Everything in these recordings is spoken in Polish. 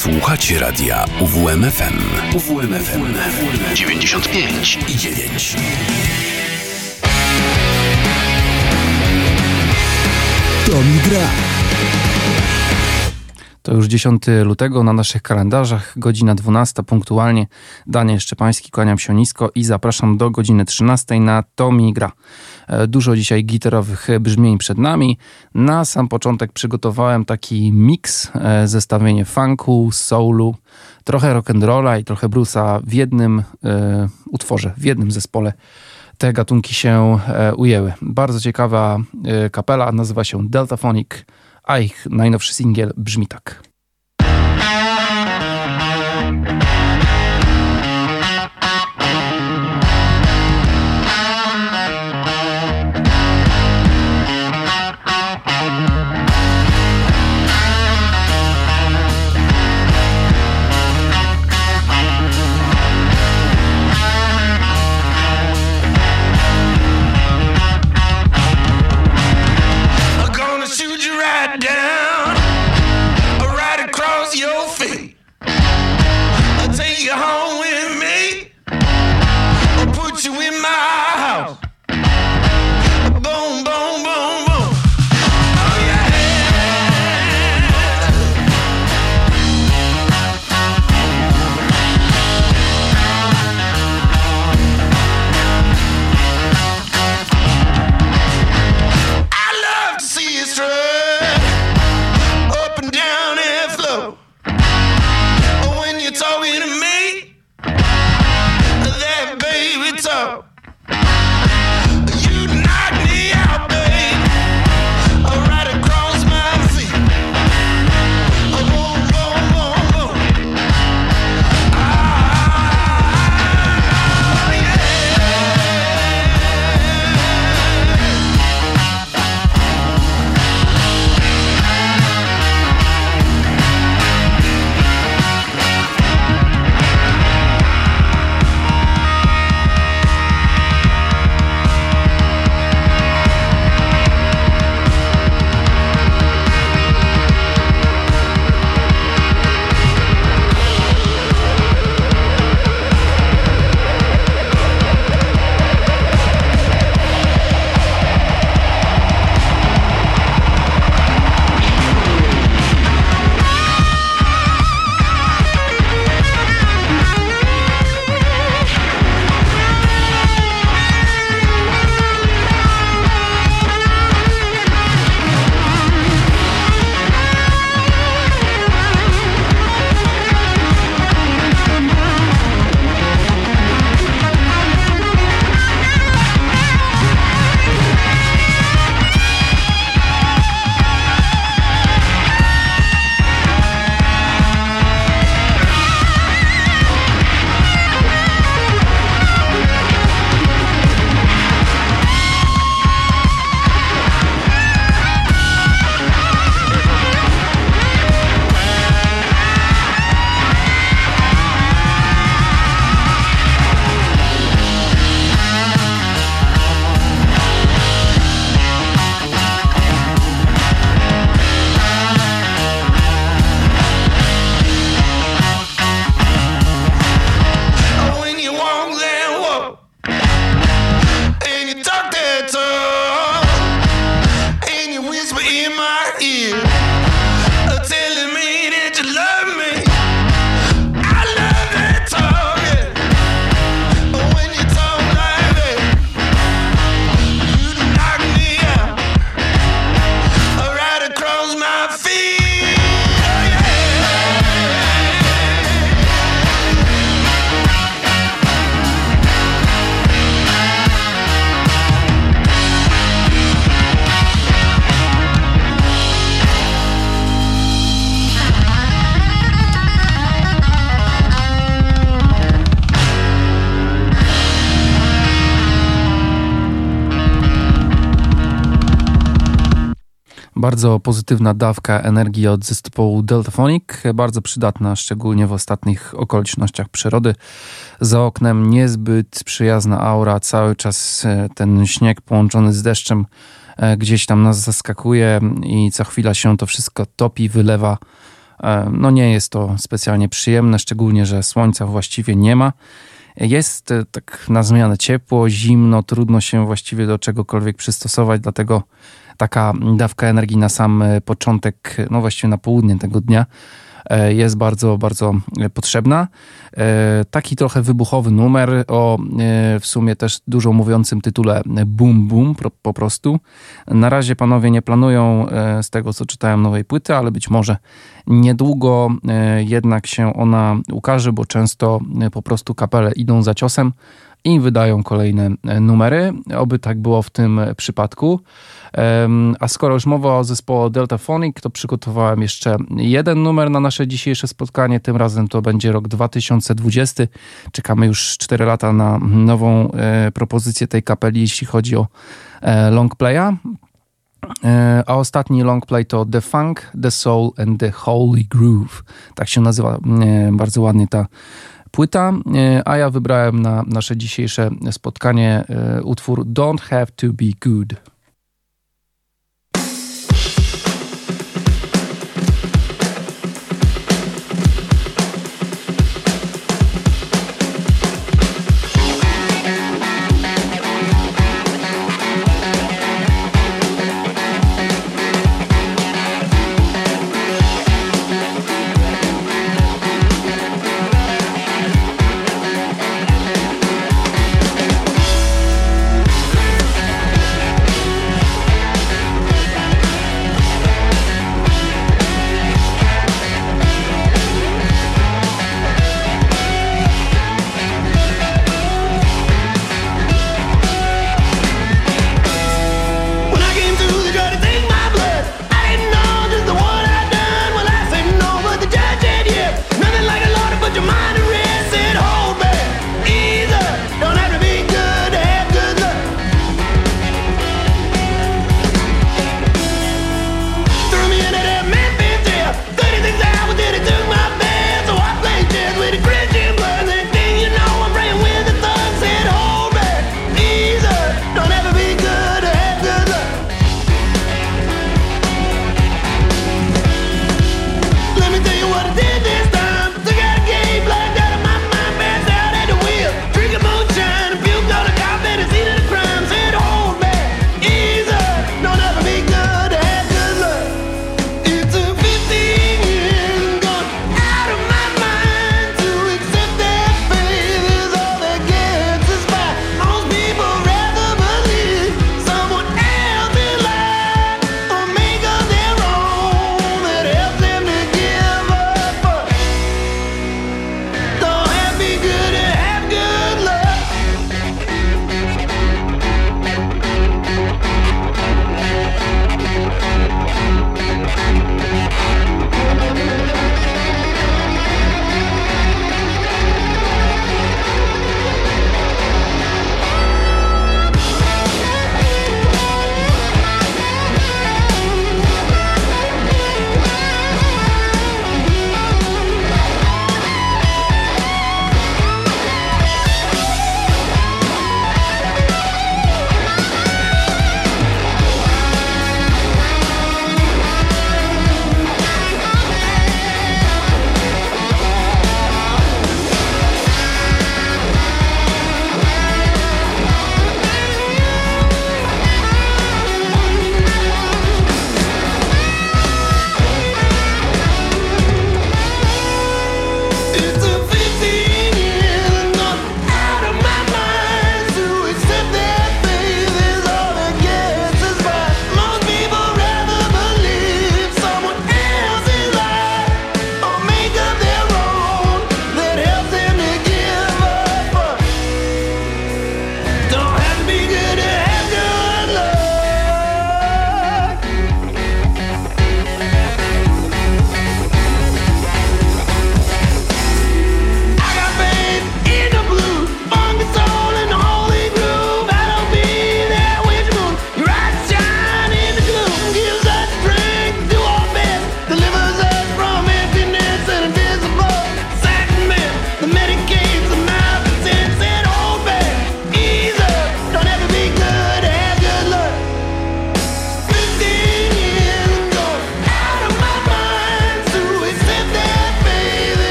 Słuchacie radia UWMFM. UWMFM 95,9. To mi gra. To już 10 lutego na naszych kalendarzach, godzina 12 punktualnie. Daniel Szczepański, kłaniam się nisko i zapraszam do godziny 13 na To mi gra. Dużo dzisiaj gitarowych brzmień przed nami. Na sam początek przygotowałem taki miks, zestawienie funku, soulu, trochę rock'n'rolla i trochę bluesa w jednym utworze, w jednym zespole. Te gatunki się ujęły. Bardzo ciekawa kapela, nazywa się Deltaphonic, a ich najnowszy singiel brzmi tak. Bardzo pozytywna dawka energii od zespołu Deltaphonic, bardzo przydatna, szczególnie w ostatnich okolicznościach przyrody. Za oknem niezbyt przyjazna aura, cały czas ten śnieg połączony z deszczem gdzieś tam nas zaskakuje i co chwila się to wszystko topi, wylewa No nie jest to specjalnie przyjemne, szczególnie, że słońca właściwie nie ma. Jest tak na zmianę ciepło, zimno, trudno się właściwie do czegokolwiek przystosować, dlatego taka dawka energii na sam początek, no właściwie na południe tego dnia jest bardzo, bardzo potrzebna. Taki trochę wybuchowy numer o w sumie też dużo mówiącym tytule Boom Boom po prostu. Na razie panowie nie planują z tego co czytałem nowej płyty, ale być może niedługo jednak się ona ukaże, bo często po prostu kapele idą za ciosem i wydają kolejne numery. Oby tak było w tym przypadku. A skoro już mowa o zespole Deltaphonic, to przygotowałem jeszcze jeden numer na nasze dzisiejsze spotkanie. Tym razem to będzie rok 2020. Czekamy już 4 lata na nową propozycję tej kapeli, jeśli chodzi o longplaya. A ostatni longplay to The Funk, The Soul and The Holy Groove. Tak się nazywa bardzo ładnie ta płyta, a ja wybrałem na nasze dzisiejsze spotkanie utwór Don't Have to Be Good.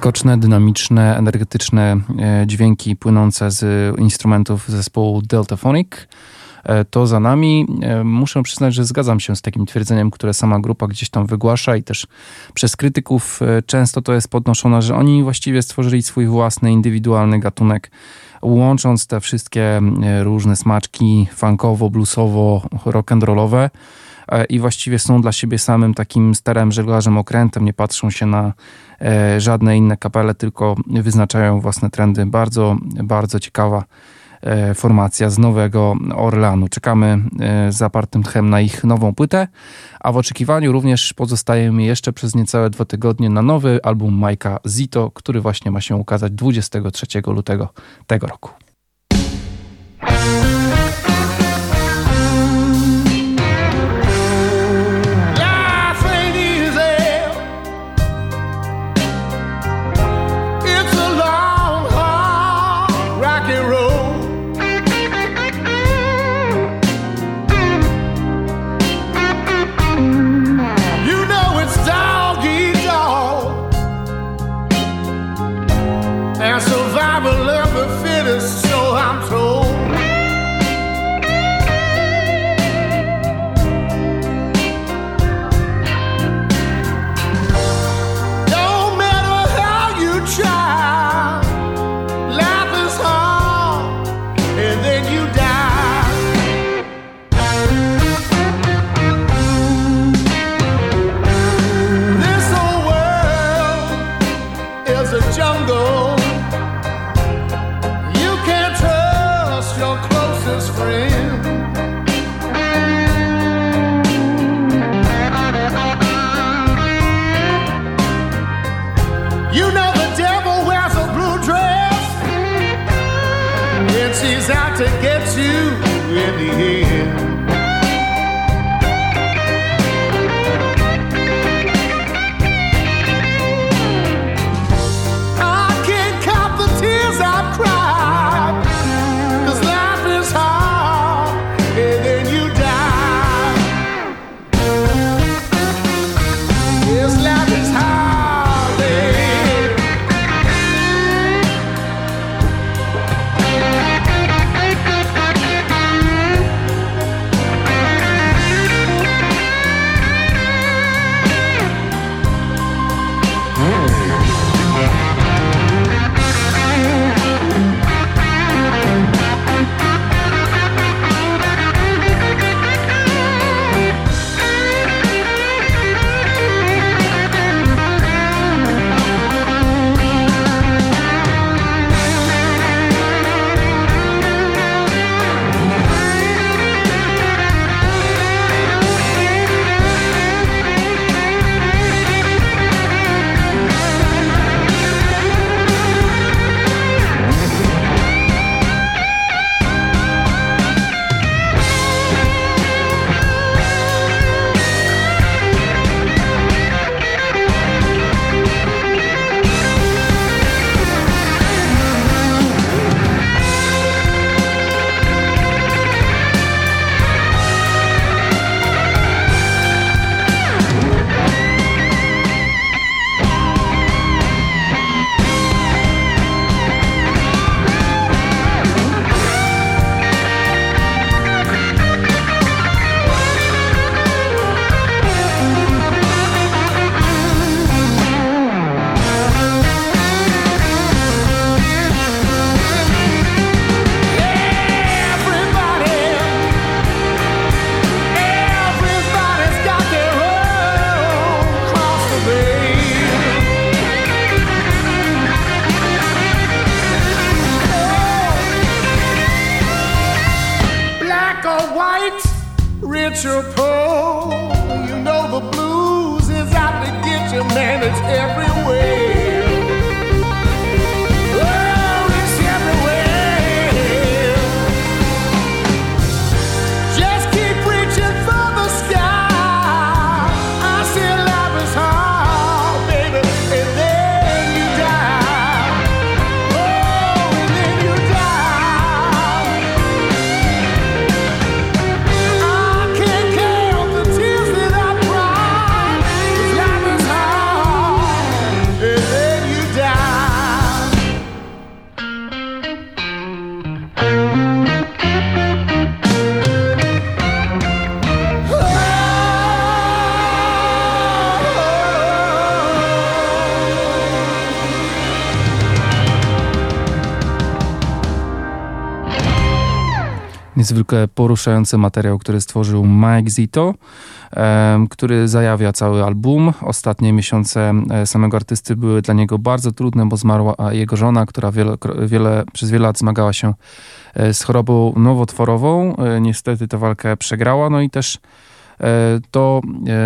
Skoczne, dynamiczne, energetyczne dźwięki płynące z instrumentów zespołu Deltaphonic. To za nami. Muszę przyznać, że zgadzam się z takim twierdzeniem, które sama grupa gdzieś tam wygłasza i też przez krytyków często to jest podnoszone, że oni właściwie stworzyli swój własny, indywidualny gatunek, łącząc te wszystkie różne smaczki funkowo, bluesowo, rock'n'rollowe i właściwie są dla siebie samym takim starym żeglarzem okrętem, nie patrzą się na żadne inne kapele, tylko wyznaczają własne trendy. Bardzo, bardzo ciekawa formacja z Nowego Orleanu. Czekamy z zapartym tchem na ich nową płytę, a w oczekiwaniu również pozostajemy jeszcze przez niecałe 2 tygodnie na nowy album Mike'a Zito, który właśnie ma się ukazać 23 lutego tego roku. To get you in the end. I can't count the tears I've cried, 'cause life is hard and then you die. Yes, life is hard, baby. Rich or poor, you know the blues is out to get you, man, it's everywhere. Oh, it's everywhere. Just keep reaching for the sky. I said life is hard, baby, and then you die. Oh, and then you die. I can't care Niezwykle poruszający materiał, który stworzył Mike Zito, który zajawia cały album. Ostatnie miesiące samego artysty były dla niego bardzo trudne, bo zmarła jego żona, która przez wiele lat zmagała się z chorobą nowotworową. Niestety tę walkę przegrała, no i też to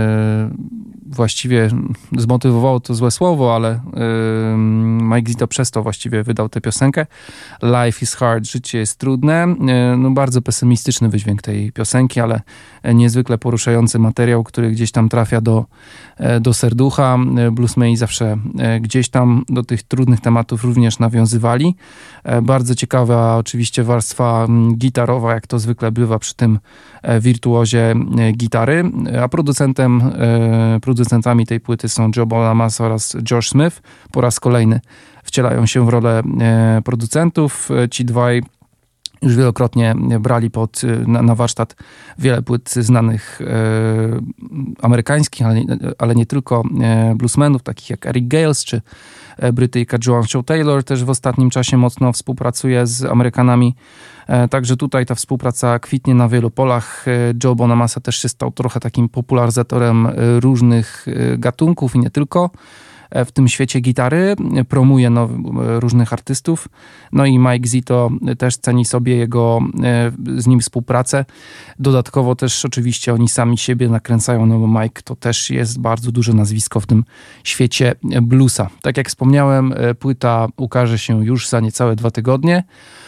właściwie zmotywowało to złe słowo, ale Mike Zito przez to właściwie wydał tę piosenkę. Life is hard, życie jest trudne. No bardzo pesymistyczny wydźwięk tej piosenki, ale niezwykle poruszający materiał, który gdzieś tam trafia do serducha. Bluesmeni zawsze gdzieś tam do tych trudnych tematów również nawiązywali. Bardzo ciekawa oczywiście warstwa gitarowa, jak to zwykle bywa przy tym wirtuozie gitary, a producentami tej płyty są Joe Bonamassa oraz Josh Smith. Po raz kolejny wcielają się w rolę producentów. Ci dwaj już wielokrotnie brali na warsztat wiele płyt znanych amerykańskich, ale nie tylko bluesmenów, takich jak Eric Gales czy Brytyjka Joan Shaw Taylor. Też w ostatnim czasie mocno współpracuje z Amerykanami. Także tutaj ta współpraca kwitnie na wielu polach. Joe Bonamassa też się stał trochę takim popularyzatorem różnych gatunków i nie tylko w tym świecie gitary, promuje różnych artystów. No i Mike Zito też ceni sobie z nim współpracę. Dodatkowo też oczywiście oni sami siebie nakręcają, no bo Mike to też jest bardzo duże nazwisko w tym świecie bluesa. Tak jak wspomniałem, płyta ukaże się już za niecałe 2 tygodnie.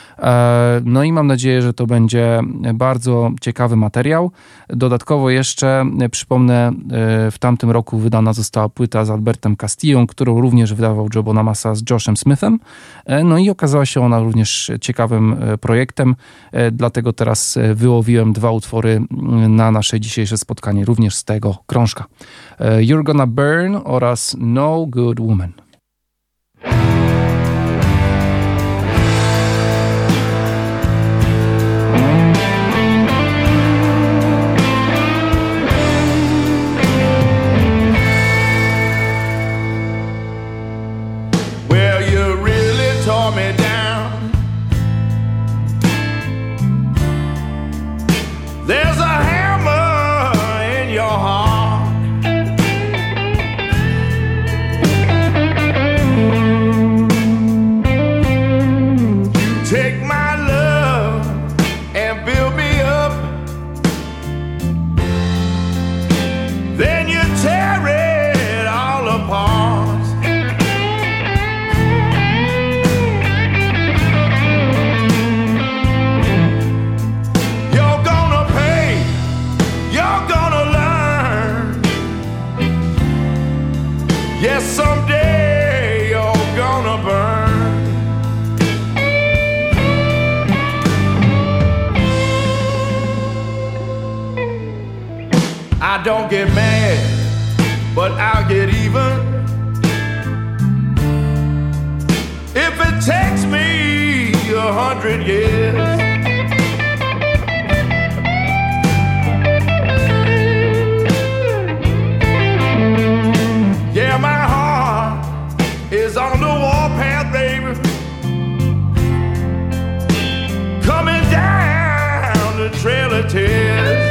No i mam nadzieję, że to będzie bardzo ciekawy materiał. Dodatkowo jeszcze przypomnę, w tamtym roku wydana została płyta z Albertem Castillą, którą również wydawał Joe Bonamassa z Joshem Smithem. No i okazała się ona również ciekawym projektem, dlatego teraz wyłowiłem 2 utwory na nasze dzisiejsze spotkanie, również z tego krążka. You're Gonna Burn oraz No Good Woman. I don't get mad, but I'll get even. If it takes me 100 years. Yeah, my heart is on the warpath, baby. Coming down the trail of tears.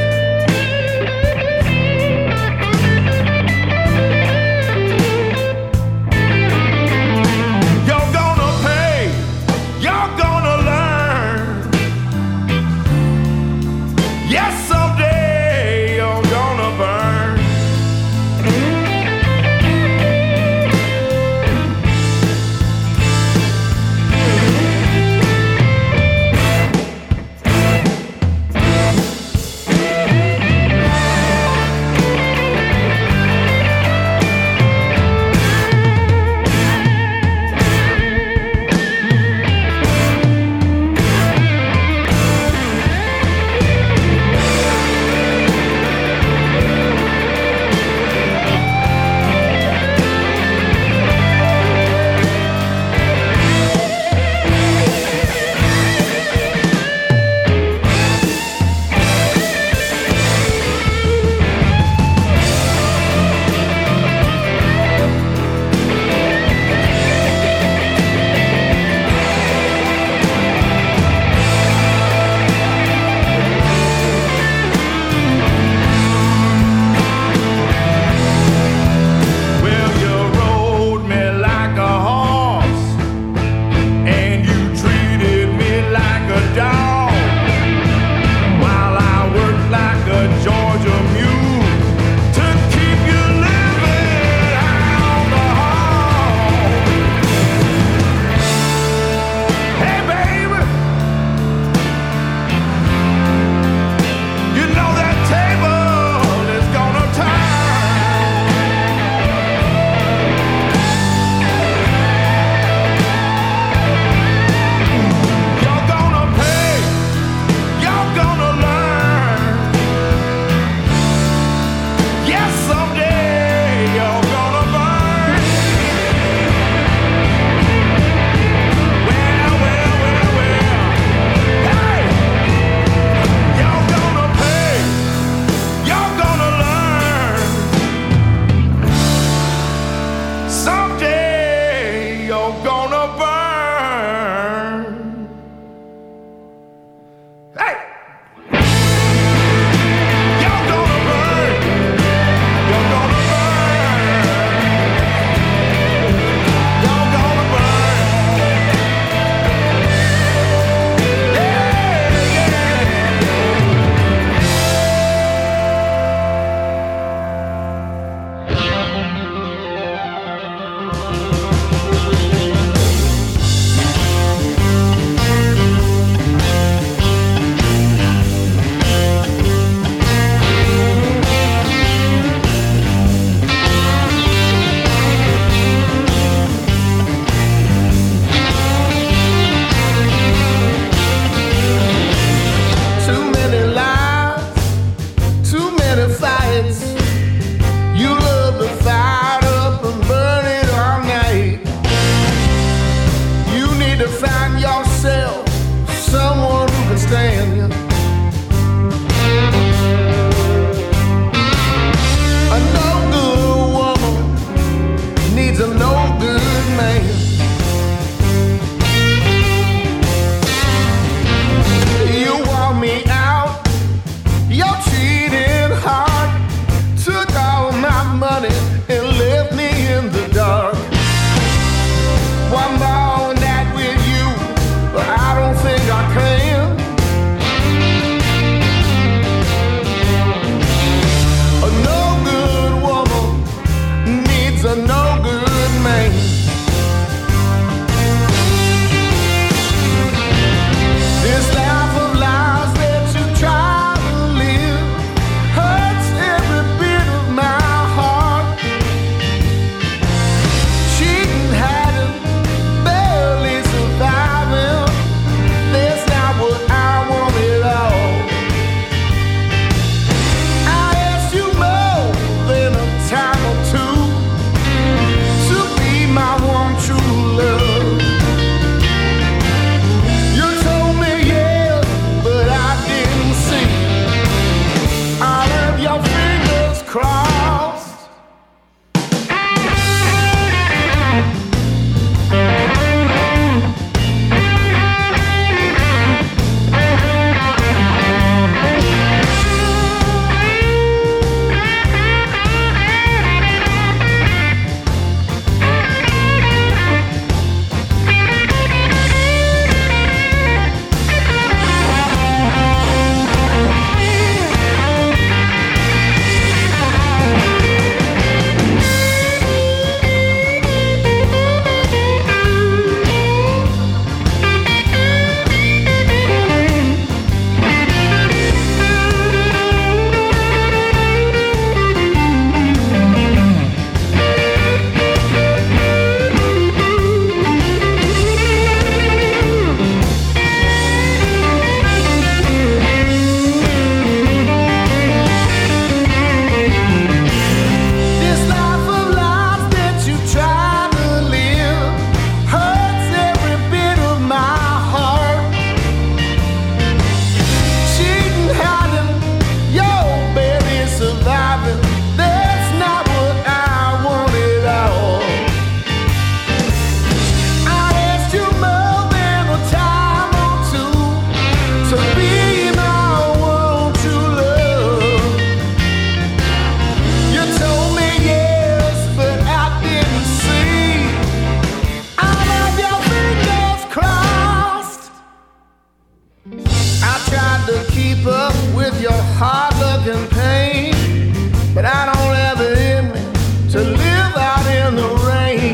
tried to keep up with your hard luck and pain, but I don't have it in me to live out in the rain.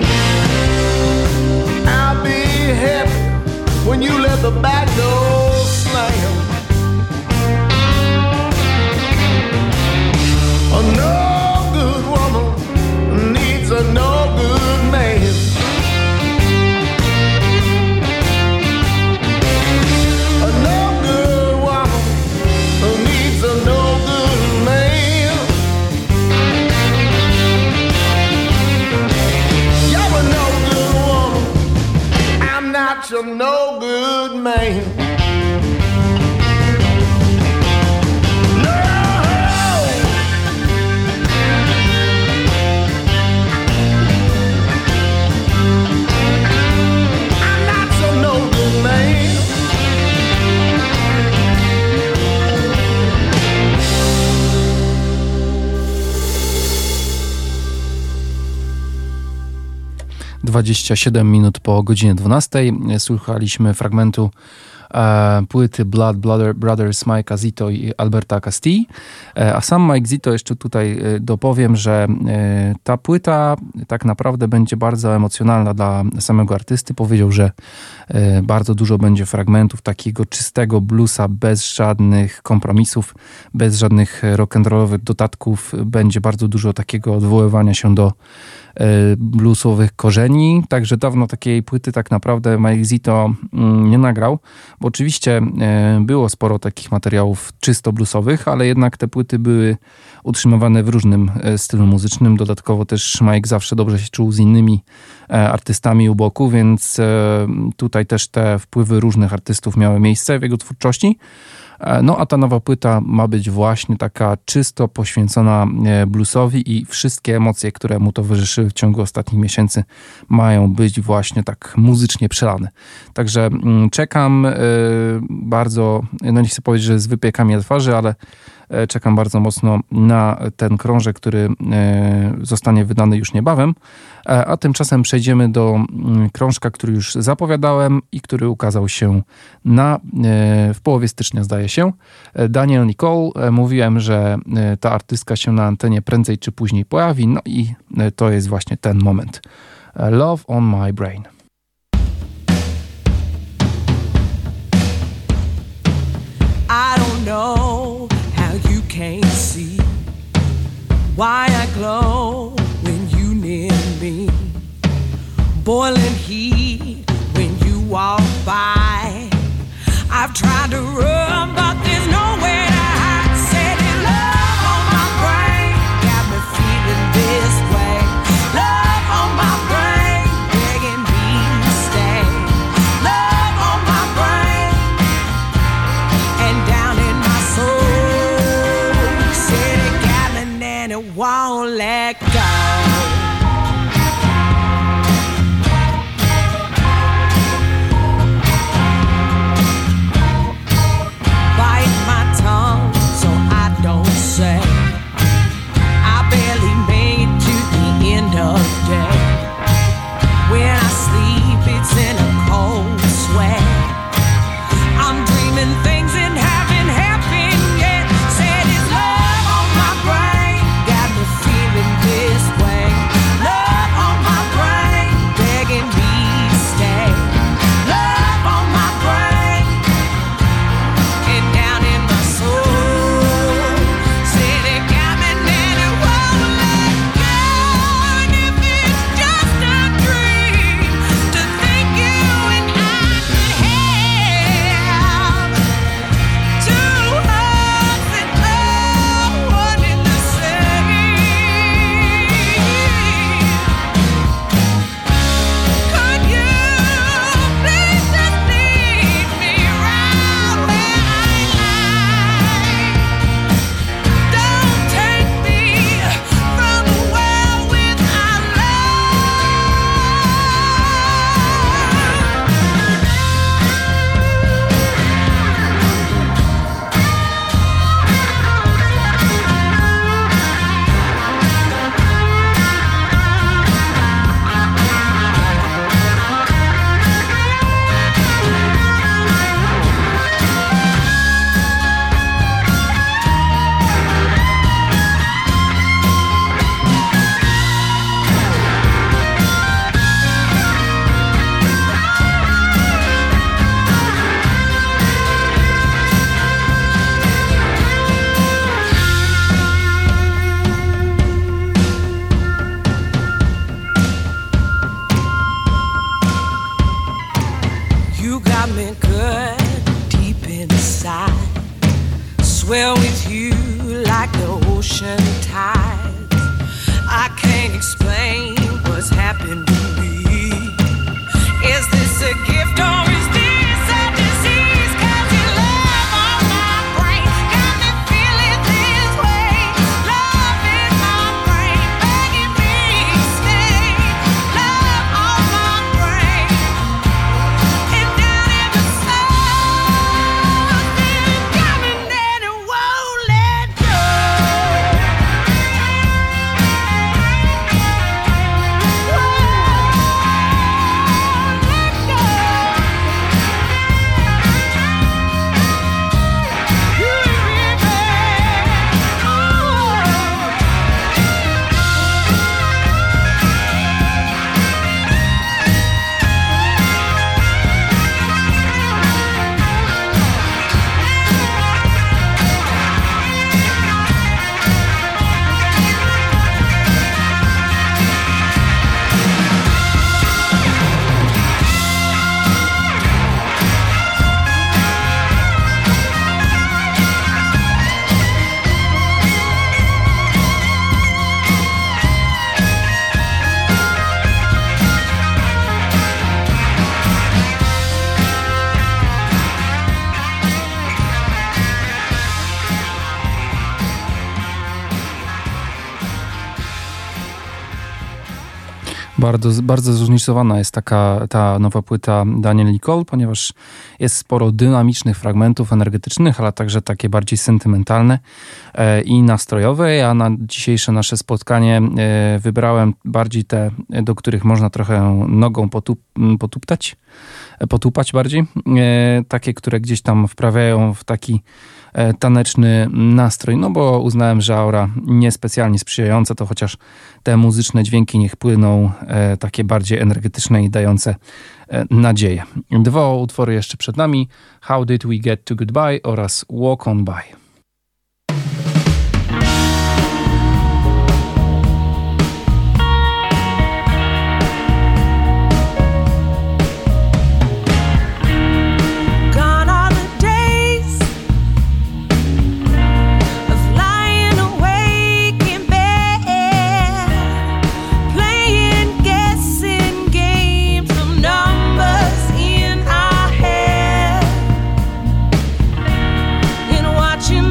I'll be happy when you let the back door slam. A no good woman needs a no good man. A no good woman needs a no good man. You're a no good woman, I'm not your no good man. Dwadzieścia 7 po godzinie 12. Słuchaliśmy fragmentu płyty Blood Brothers Mike'a Zito i Alberta Castillo. A sam Mike Zito, jeszcze tutaj dopowiem, że ta płyta tak naprawdę będzie bardzo emocjonalna dla samego artysty. Powiedział, że bardzo dużo będzie fragmentów takiego czystego bluesa, bez żadnych kompromisów, bez żadnych rock'n'rollowych dodatków. Będzie bardzo dużo takiego odwoływania się do bluesowych korzeni, także dawno takiej płyty tak naprawdę Mike Zito nie nagrał, bo oczywiście było sporo takich materiałów czysto bluesowych, ale jednak te płyty były utrzymywane w różnym stylu muzycznym. Dodatkowo też Mike zawsze dobrze się czuł z innymi artystami u boku, więc tutaj też te wpływy różnych artystów miały miejsce w jego twórczości. No a ta nowa płyta ma być właśnie taka czysto poświęcona bluesowi i wszystkie emocje, które mu towarzyszyły w ciągu ostatnich miesięcy, mają być właśnie tak muzycznie przelane. Także czekam bardzo, no nie chcę powiedzieć, że z wypiekami na twarzy, ale czekam bardzo mocno na ten krążek, który zostanie wydany już niebawem. A tymczasem przejdziemy do krążka, który już zapowiadałem i który ukazał się w połowie stycznia, zdaje się. Danielle Nicole. Mówiłem, że ta artystka się na antenie prędzej czy później pojawi. No i to jest właśnie ten moment. Love on my brain. I don't know how you can't see why I glow when you near me. Boiling heat when you walk by. I've tried to run, but there's nowhere to hide. Said it, love on my brain, got me feeling this way. Love on my brain, begging me to stay. Love on my brain, and down in my soul. Said it got me and it won't let go. Say I barely made to the end of the day. When I sleep, it's in a cold sweat. I'm dreaming things that haven't happened yet. Said it's love on my brain, got me feeling this swell with you like the ocean tides. I can't explain what's happened to me. Is this a gift or is this a disease? 'Cause your love on my brain got me feeling this way. Love in my brain begging me to stay. Love on my brain and down in the soul. It's coming and it won't let go. Bardzo zróżnicowana jest ta nowa płyta Daniel Nicole, ponieważ jest sporo dynamicznych fragmentów energetycznych, ale także takie bardziej sentymentalne i nastrojowe. Ja na dzisiejsze nasze spotkanie wybrałem bardziej te, do których można trochę nogą potupać bardziej. Takie, które gdzieś tam wprawiają w taki taneczny nastrój, no bo uznałem, że aura niespecjalnie sprzyjająca, to chociaż te muzyczne dźwięki niech płyną takie bardziej energetyczne i dające nadzieję. 2 utwory jeszcze przed nami. How Did We Get to Goodbye oraz Walk On By. Watching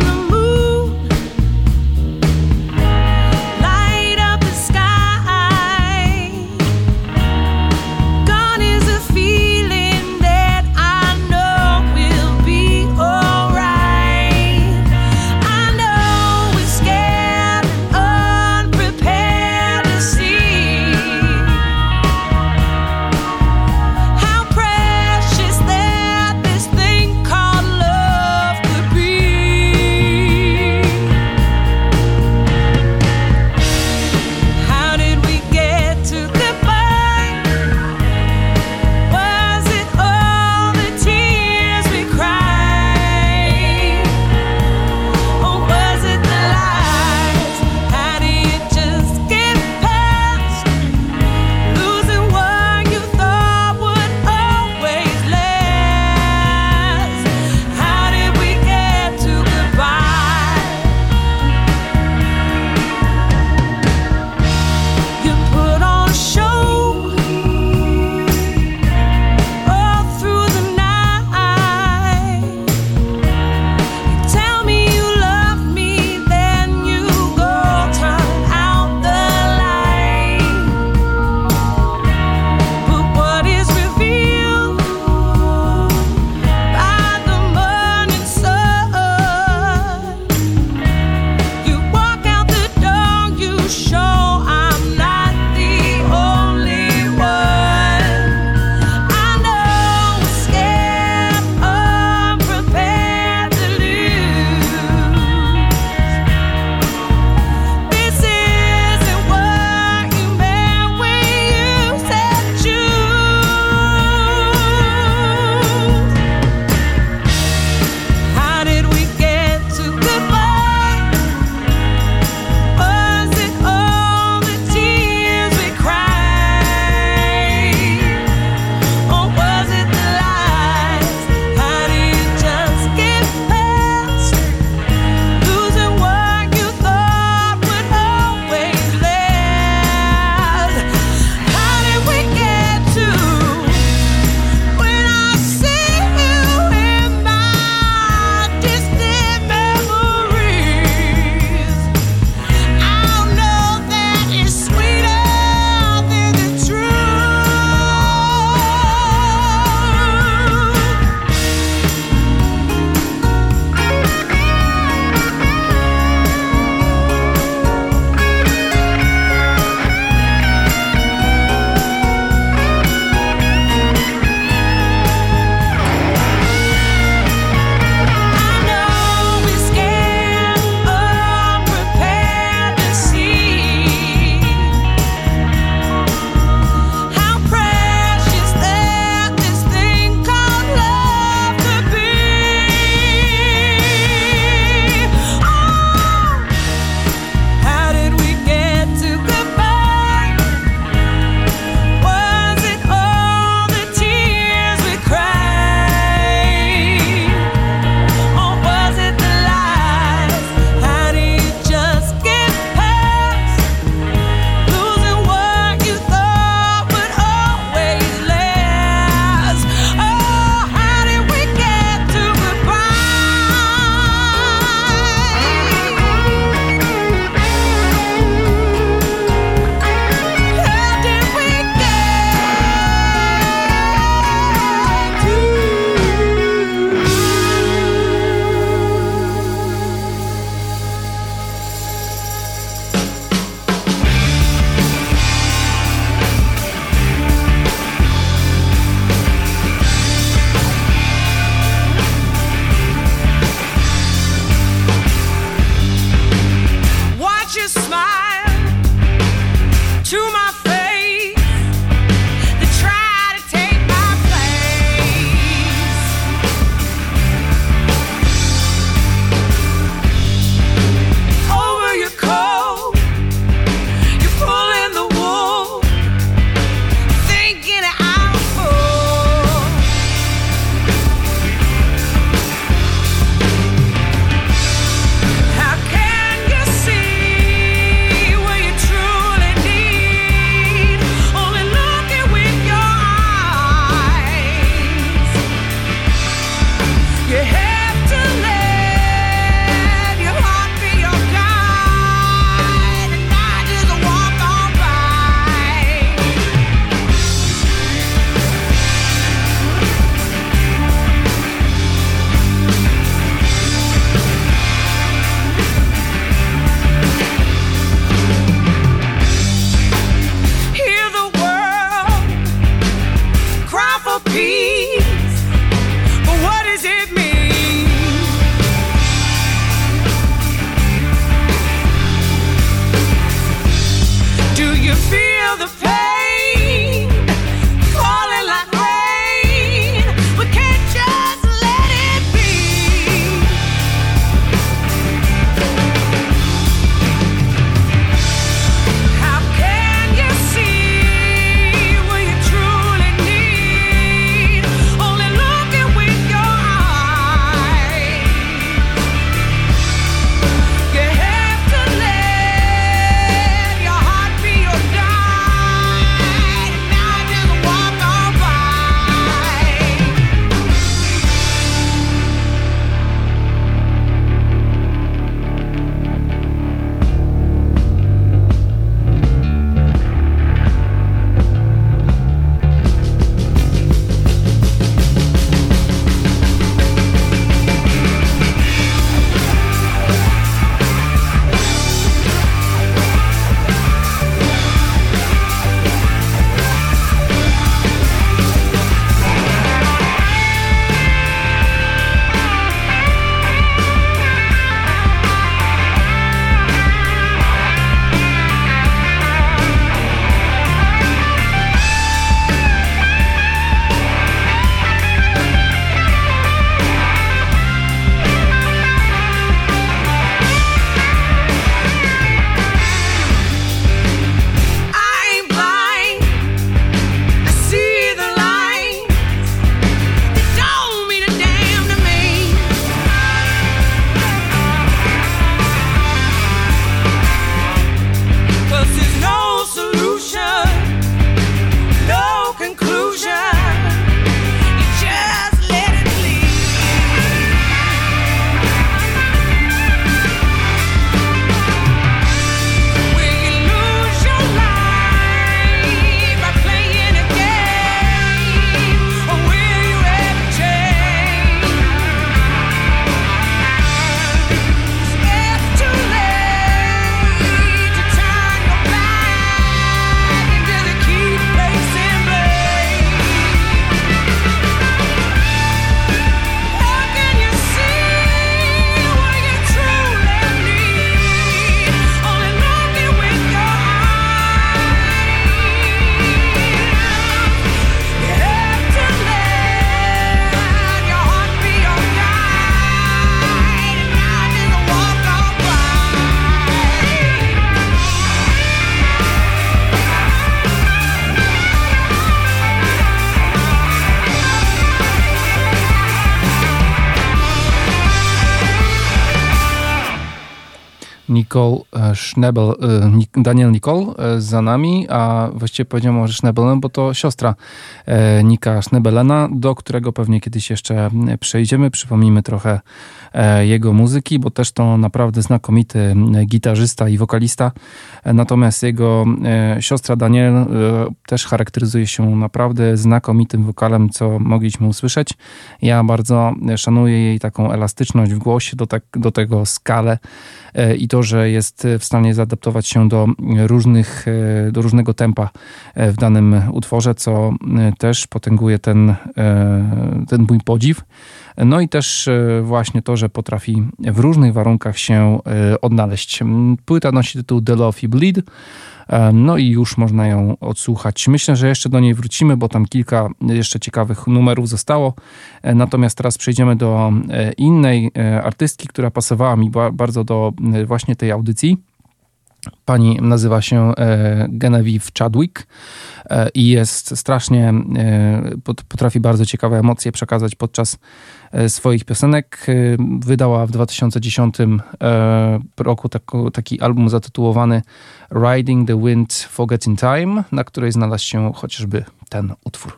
Nicole Schnebel, Daniel Nicole za nami, a właściwie powiedziałem może Schnebelen, bo to siostra Nika Schnebelena, do którego pewnie kiedyś jeszcze przejdziemy. Przypomnijmy trochę jego muzyki, bo też to naprawdę znakomity gitarzysta i wokalista. Natomiast jego siostra Daniel też charakteryzuje się naprawdę znakomitym wokalem, co mogliśmy usłyszeć. Ja bardzo szanuję jej taką elastyczność w głosie, do tego skalę i to, że jest w stanie zaadaptować się do różnego tempa w danym utworze, co też potęguje ten mój podziw. No i też właśnie to, że potrafi w różnych warunkach się odnaleźć. Płyta nosi tytuł The Love You Bleed. No i już można ją odsłuchać. Myślę, że jeszcze do niej wrócimy, bo tam kilka jeszcze ciekawych numerów zostało. Natomiast teraz przejdziemy do innej artystki, która pasowała mi bardzo do właśnie tej audycji. Pani nazywa się Genevieve Chadwick i jest strasznie, potrafi bardzo ciekawe emocje przekazać podczas swoich piosenek. Wydała w 2010 roku taki album zatytułowany Riding the Wind Forgetting Time, na której znalazł się chociażby ten utwór.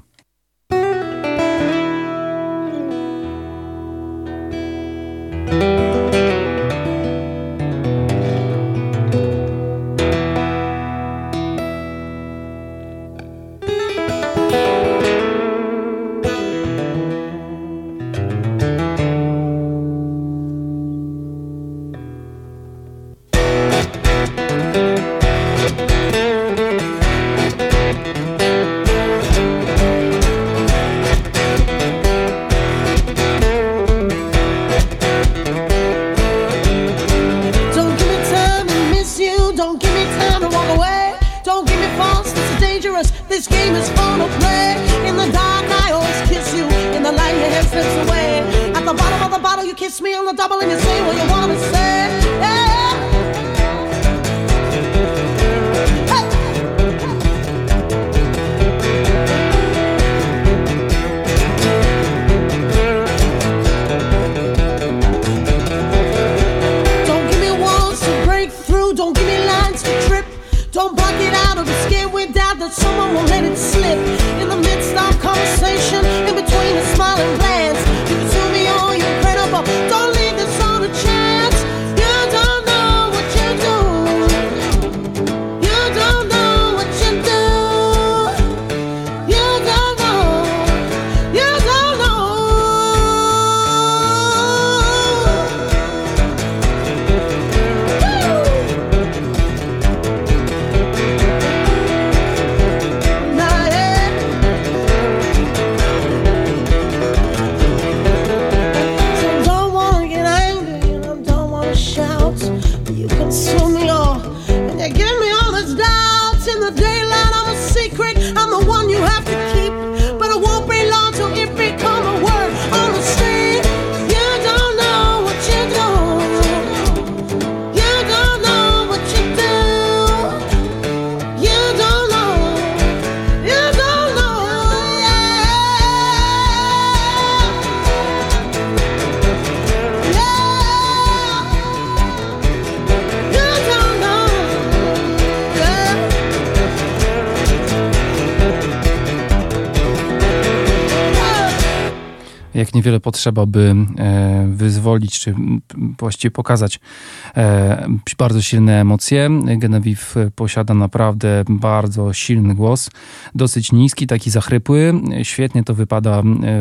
Jak niewiele potrzeba, by wyzwolić, czy właściwie pokazać bardzo silne emocje. Genevieve posiada naprawdę bardzo silny głos, dosyć niski, taki zachrypły. Świetnie to wypada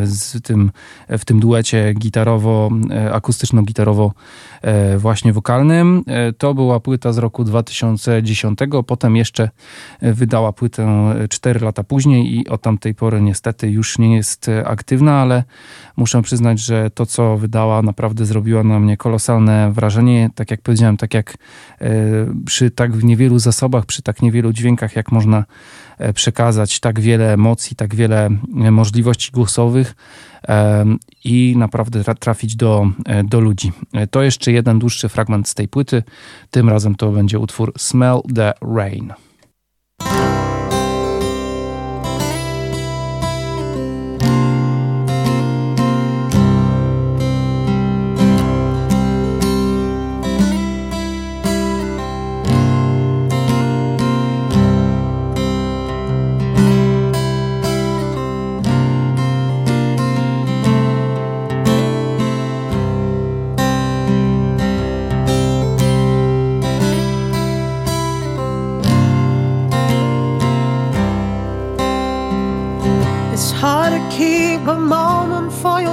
w tym duecie akustyczno-gitarowo właśnie wokalnym. To była płyta z roku 2010. Potem jeszcze wydała płytę 4 lata później i od tamtej pory niestety już nie jest aktywna, ale muszę przyznać, że to, co wydała, naprawdę zrobiło na mnie kolosalne wrażenie. Tak jak powiedziałem, tak jak przy tak niewielu zasobach, przy tak niewielu dźwiękach, jak można przekazać tak wiele emocji, tak wiele możliwości głosowych i naprawdę trafić do ludzi. To jeszcze jeden dłuższy fragment z tej płyty. Tym razem to będzie utwór Smell the Rain.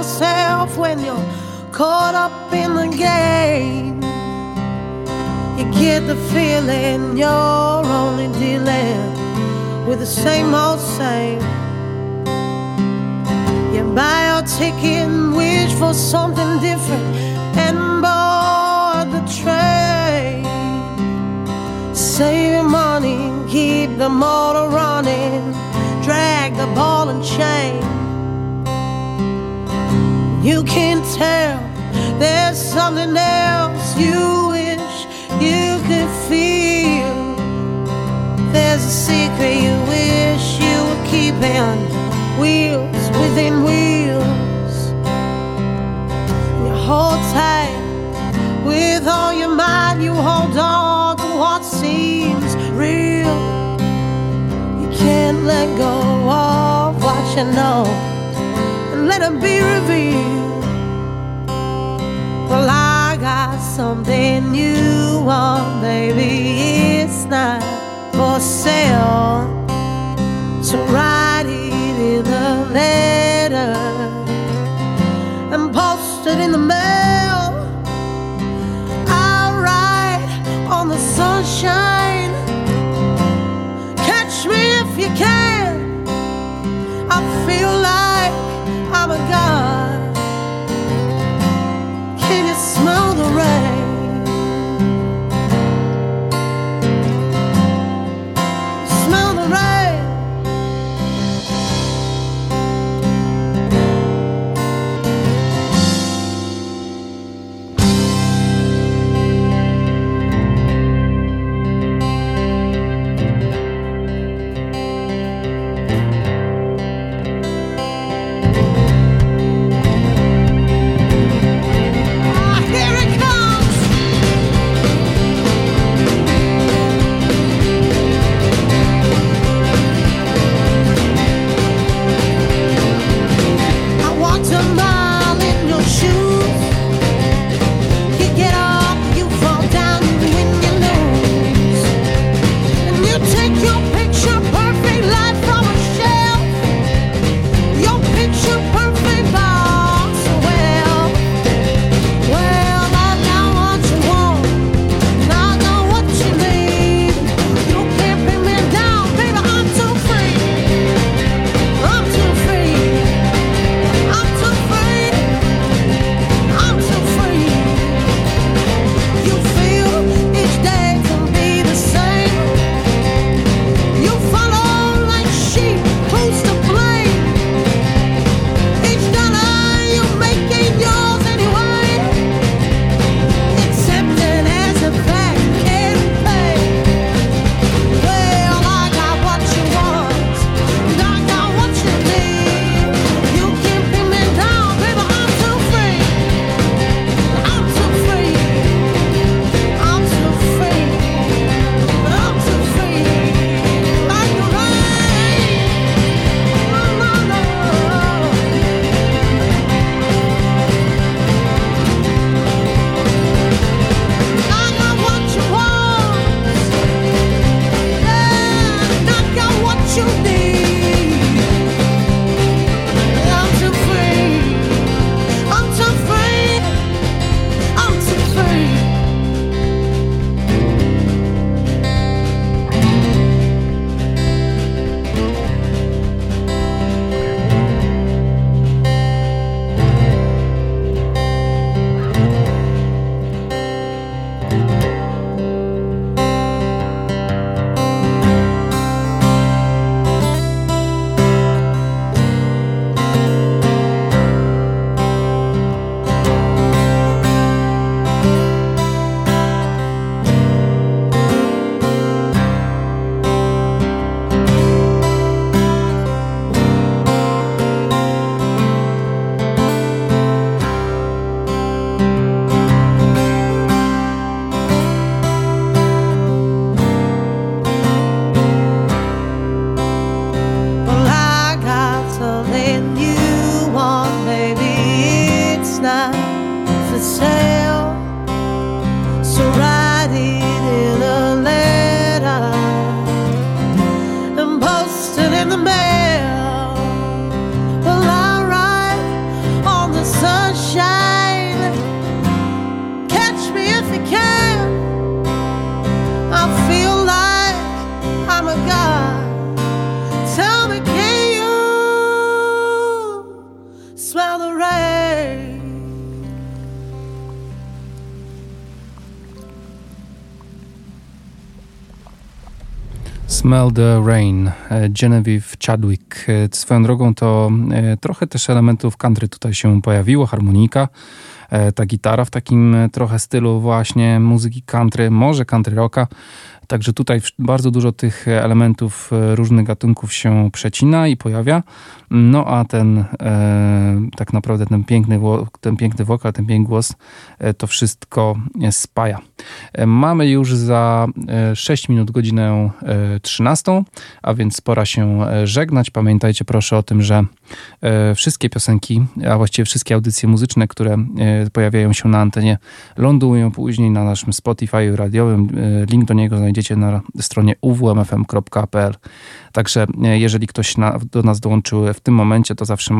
yourself when you're caught up in the game. You get the feeling you're only dealing with the same old same. You buy your ticket and wish for something different and board the train. Save your money, keep the motor running, drag the ball and chain. You can tell there's something else you wish you could feel. There's a secret you wish you were keeping, wheels within wheels. You hold tight with all your might, you hold on to what seems real. You can't let go of what you know and let it be revealed. Well, I got something you want, baby, it's not for sale. So write it in a letter and post it in the mail. I'll ride on the sunshine, catch me if you can. I feel like I'm a god. Can you smell the rain? Smell the rain. Smell the Rain, Genevieve Chadwick. Swoją drogą to trochę też elementów country tutaj się pojawiło, harmonika, ta gitara w takim trochę stylu właśnie muzyki country, może country rocka. Także tutaj bardzo dużo tych elementów różnych gatunków się przecina i pojawia. No a ten tak naprawdę ten piękny wokal, ten piękny głos to wszystko spaja. Mamy już za 6 minut godzinę 13, a więc pora się żegnać. Pamiętajcie proszę o tym, że wszystkie piosenki, a właściwie wszystkie audycje muzyczne, które pojawiają się na antenie, lądują później na naszym Spotify radiowym. Link do niego znajdziecie na stronie uwmfm.pl. Także jeżeli ktoś do nas dołączył w tym momencie, to zawsze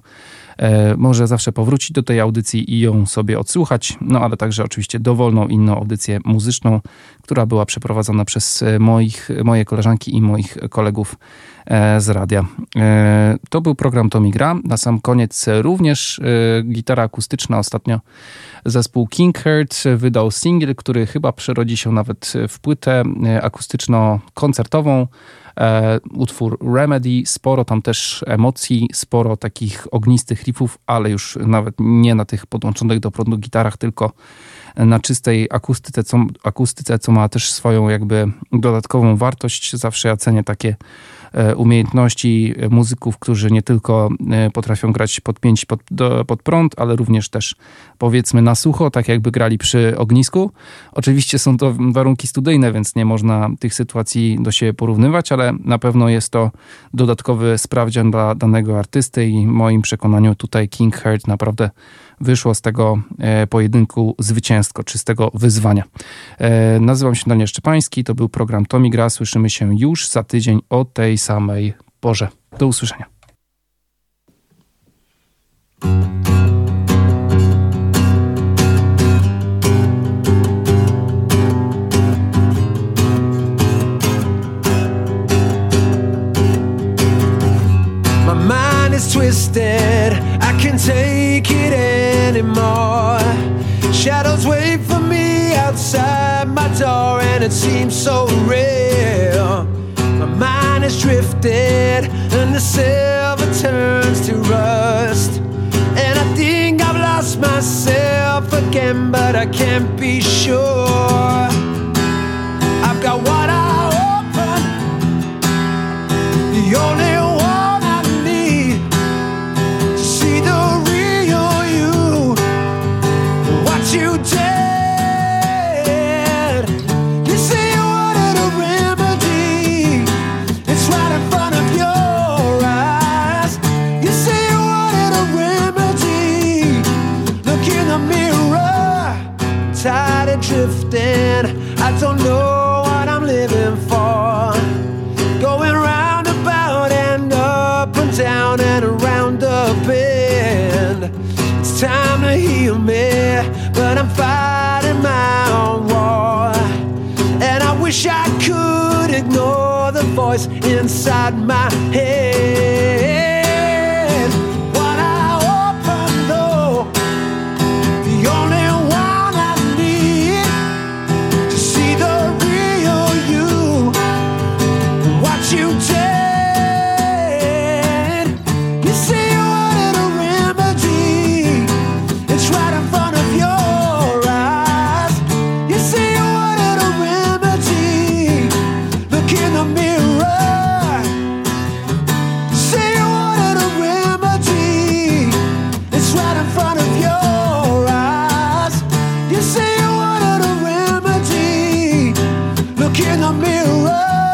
może zawsze powrócić do tej audycji i ją sobie odsłuchać, no ale także oczywiście dowolną inną audycję muzyczną, która była przeprowadzona przez moje koleżanki i moich kolegów z radia. To był program Tommy Gra. Na sam koniec również gitara akustyczna. Ostatnio zespół King Heart wydał singiel, który chyba przerodzi się nawet w płytę akustyczno-koncertową. Utwór Remedy, sporo tam też emocji, sporo takich ognistych riffów, ale już nawet nie na tych podłączonych do prądu gitarach, tylko na czystej akustyce, co ma też swoją jakby dodatkową wartość. Zawsze ja cenię takie umiejętności muzyków, którzy nie tylko potrafią grać podpięci pod prąd, ale również też powiedzmy na sucho, tak jakby grali przy ognisku. Oczywiście są to warunki studyjne, więc nie można tych sytuacji do siebie porównywać, ale na pewno jest to dodatkowy sprawdzian dla danego artysty i w moim przekonaniu tutaj King Heart naprawdę wyszło z tego pojedynku zwycięsko, czy z tego wyzwania. Nazywam się Daniel Szczepański, to był program Tommy Gra. Słyszymy się już za tydzień o tej samej porze. Do usłyszenia. My mind is twisted, I can't take it anymore. Shadows wait for me outside my door and it seems so real. My mind is drifted and the silver turns to rust. And I think I've lost myself again, but I can't be sure. I've got what I open, the only one I need to see the real you, what you did. You say you wanted a remedy, it's right in front of your eyes. You say you wanted a remedy, look in the mirror, tired of drifting, I don't know what I'm living for. Going round about and up and down and around the bend. It's time to heal me, but I'm fighting my own war. And I wish I could ignore the voice inside my head. What I open though, the only one I need to see the real you, what you did. You say you wanted a remedy, it's right in front of your eyes. You say you wanted a remedy, look in the mirror. Say you wanted a remedy, it's right in front of your eyes. You say you wanted a remedy, look in the mirror.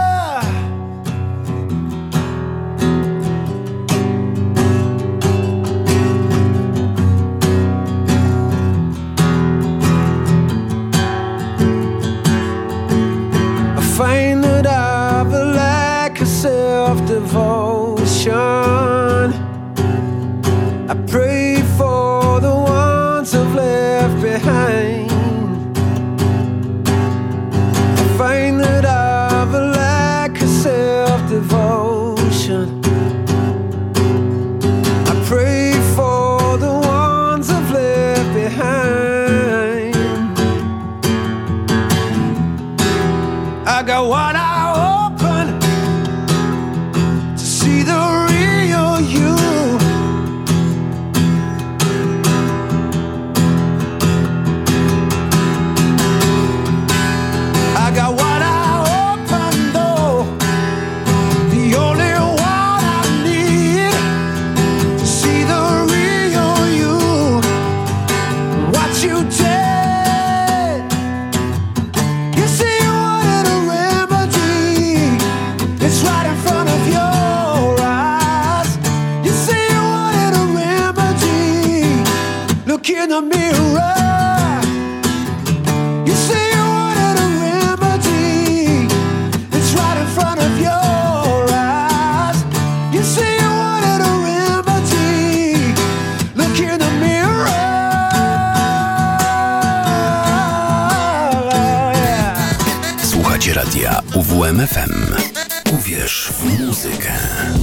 I find that I've a lack of self-devotion. I pray for the ones I've left behind. I find that I've a lack of self-devotion. I pray for the ones I've left behind. I got what I open, the mirror. You say you wanted a remedy. It's right in front of your eyes. You say you wanted a remedy. Look in the mirror. Słuchacie radia UWMFM. Uwierz w muzykę.